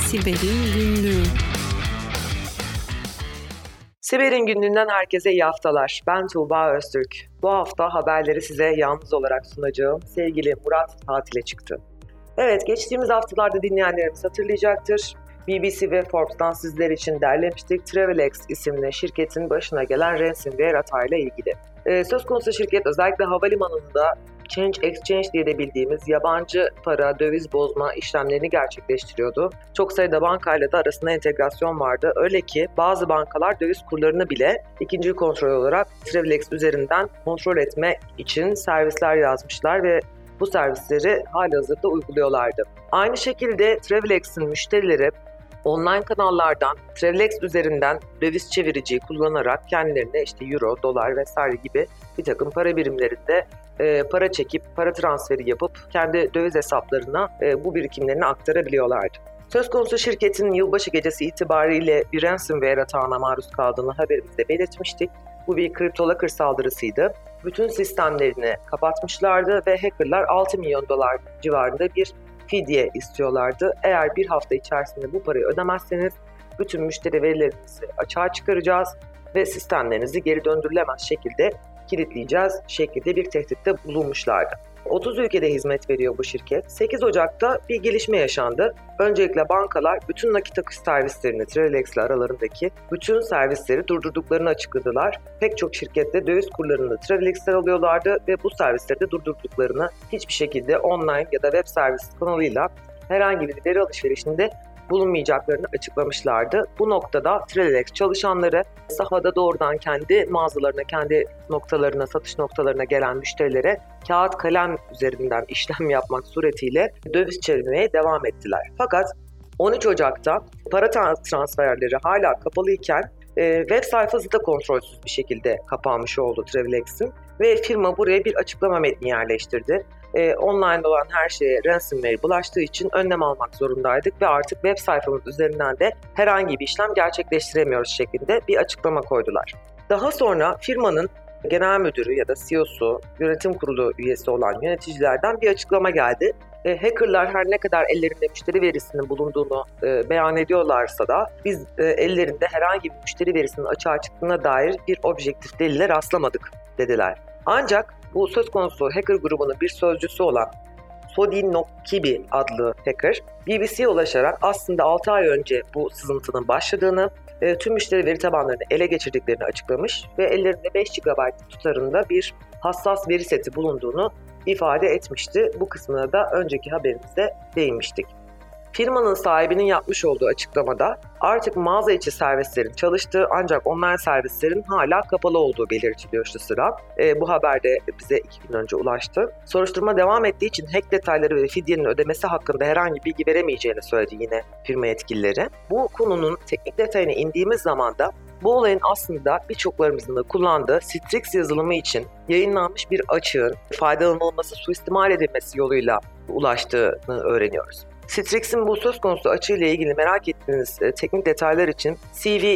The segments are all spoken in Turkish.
Siber'in Günlüğü. Siber'in Günlüğü'nden herkese iyi haftalar. Ben Tuğba Öztürk. Bu hafta haberleri size yalnız olarak sunacağım. Sevgili Murat tatile çıktı. Evet, geçtiğimiz haftalarda dinleyenlerimiz hatırlayacaktır. BBC ve Forbes'tan sizler için derlemiştik. Travelex isimli şirketin başına gelen ransomware hatayla ilgili. Söz konusu şirket özellikle havalimanında Change Exchange diye de bildiğimiz yabancı para, döviz bozma işlemlerini gerçekleştiriyordu. Çok sayıda bankayla da arasında entegrasyon vardı. Öyle ki bazı bankalar döviz kurlarını bile ikinci kontrol olarak Travelex üzerinden kontrol etmek için servisler yazmışlar ve bu servisleri halihazırda uyguluyorlardı. Aynı şekilde Travelex'in müşterileri online kanallardan Travelex üzerinden döviz çeviriciyi kullanarak kendilerine euro, dolar vesaire gibi bir takım para birimlerinde para çekip para transferi yapıp kendi döviz hesaplarına bu birikimlerini aktarabiliyorlardı. Söz konusu şirketin yılbaşı gecesi itibariyle bir ransomware atağına maruz kaldığını haberimizde belirtmiştik. Bu bir kriptolakır saldırısıydı. Bütün sistemlerini kapatmışlardı ve hackerlar 6 milyon dolar civarında bir fidye istiyorlardı. Eğer bir hafta içerisinde bu parayı ödemezseniz bütün müşteri verilerinizi açığa çıkaracağız ve sistemlerinizi geri döndürülemez şekilde kilitleyeceğiz şeklinde bir tehditte bulunmuşlardı. 30 ülkede hizmet veriyor bu şirket. 8 Ocak'ta bir gelişme yaşandı. Öncelikle bankalar bütün nakit akış servislerini, Travelex ile aralarındaki bütün servisleri durdurduklarını açıkladılar. Pek çok şirkette döviz kurlarını Travelex'ten alıyorlardı ve bu servisleri de durdurduklarını, hiçbir şekilde online ya da web servis kanalıyla herhangi bir veri alışverişinde bulunmayacaklarını açıklamışlardı. Bu noktada Travelex çalışanları sahada doğrudan kendi mağazalarına, kendi noktalarına, satış noktalarına gelen müşterilere kağıt kalem üzerinden işlem yapmak suretiyle döviz çevirmeye devam ettiler. Fakat 13 Ocak'ta para transferleri hala kapalıyken web sayfası da kontrolsüz bir şekilde kapanmış oldu Travelex'in ve firma buraya bir açıklama metni yerleştirdi. Online olan her şeye ransomware bulaştığı için önlem almak zorundaydık ve artık web sayfamız üzerinden de herhangi bir işlem gerçekleştiremiyoruz şeklinde bir açıklama koydular. Daha sonra firmanın genel müdürü ya da CEO'su, yönetim kurulu üyesi olan yöneticilerden bir açıklama geldi. Hackerlar her ne kadar ellerinde müşteri verisinin bulunduğunu beyan ediyorlarsa da biz ellerinde herhangi bir müşteri verisinin açığa çıktığına dair bir objektif delile rastlamadık dediler. Ancak bu söz konusu hacker grubunun bir sözcüsü olan Sodi Nokkibi adlı hacker, BBC'ye ulaşarak aslında 6 ay önce bu sızıntının başladığını, tüm müşteri veri tabanlarını ele geçirdiklerini açıklamış ve ellerinde 5 GB tutarında bir hassas veri seti bulunduğunu ifade etmişti. Bu kısmına da önceki haberimizde değinmiştik. Firmanın sahibinin yapmış olduğu açıklamada artık mağaza içi servislerin çalıştığı ancak online servislerin hala kapalı olduğu belirtiliyor şu sıra. Bu haber de bize 2 gün önce ulaştı. Soruşturma devam ettiği için hack detayları ve fidyenin ödemesi hakkında herhangi bilgi veremeyeceğini söyledi yine firma yetkilileri. Bu konunun teknik detayına indiğimiz zaman da bu olayın aslında birçoklarımızın da kullandığı Citrix yazılımı için yayınlanmış bir açığın faydalanılması, suistimal edilmesi yoluyla ulaştığını öğreniyoruz. Citrix'in bu söz konusu açığıyla ilgili merak ettiğiniz teknik detaylar için CVE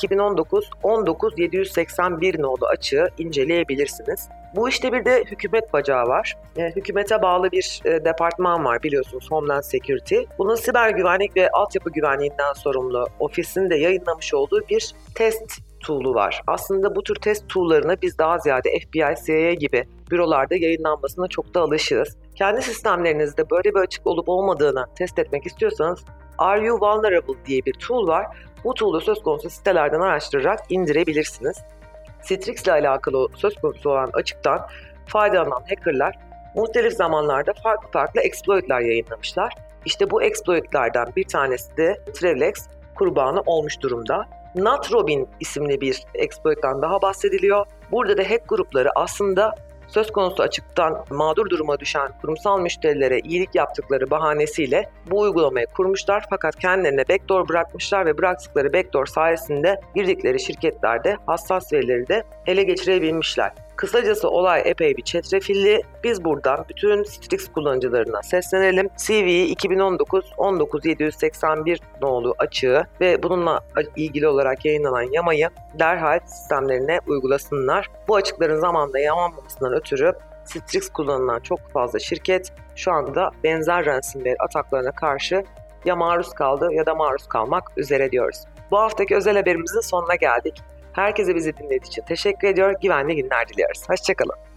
2019-19781 nolu açığı inceleyebilirsiniz. Bu işte bir de hükümet bacağı var. Hükümete bağlı bir departman var biliyorsunuz, Homeland Security. Bunun siber güvenlik ve altyapı güvenliğinden sorumlu ofisin de yayınlamış olduğu bir test tool'u var. Aslında bu tür test tool'larını biz daha ziyade FBI, CIA gibi bürolarda yayınlanmasına çok da alışığız. Kendi sistemlerinizde böyle bir açık olup olmadığını test etmek istiyorsanız Are You Vulnerable diye bir tool var. Bu tool'u söz konusu sitelerden araştırarak indirebilirsiniz. Citrix ile alakalı söz konusu olan açıktan faydalanan hackerlar muhtelif zamanlarda farklı exploit'lar yayınlamışlar. İşte bu exploit'lardan bir tanesi de Travelex kurbanı olmuş durumda. NotRobin isimli bir exploit'tan daha bahsediliyor. Burada da hack grupları aslında söz konusu açıktan mağdur duruma düşen kurumsal müşterilere iyilik yaptıkları bahanesiyle bu uygulamayı kurmuşlar fakat kendilerine backdoor bırakmışlar ve bıraktıkları backdoor sayesinde girdikleri şirketlerde hassas verileri de ele geçirebilmişler. Kısacası olay epey bir çetrefilli. Biz buradan bütün Citrix kullanıcılarına seslenelim. CVE 2019-19781 nolu açığı ve bununla ilgili olarak yayınlanan yamayı derhal sistemlerine uygulasınlar. Bu açıkların zamanla yamanmamasından ötürü Citrix kullanılan çok fazla şirket şu anda benzer ransomware ataklarına karşı ya maruz kaldı ya da maruz kalmak üzere diyoruz. Bu haftaki özel haberimizin sonuna geldik. Herkese bizi dinlediği için teşekkür ediyor. Güvenli günler diliyoruz. Hoşçakalın.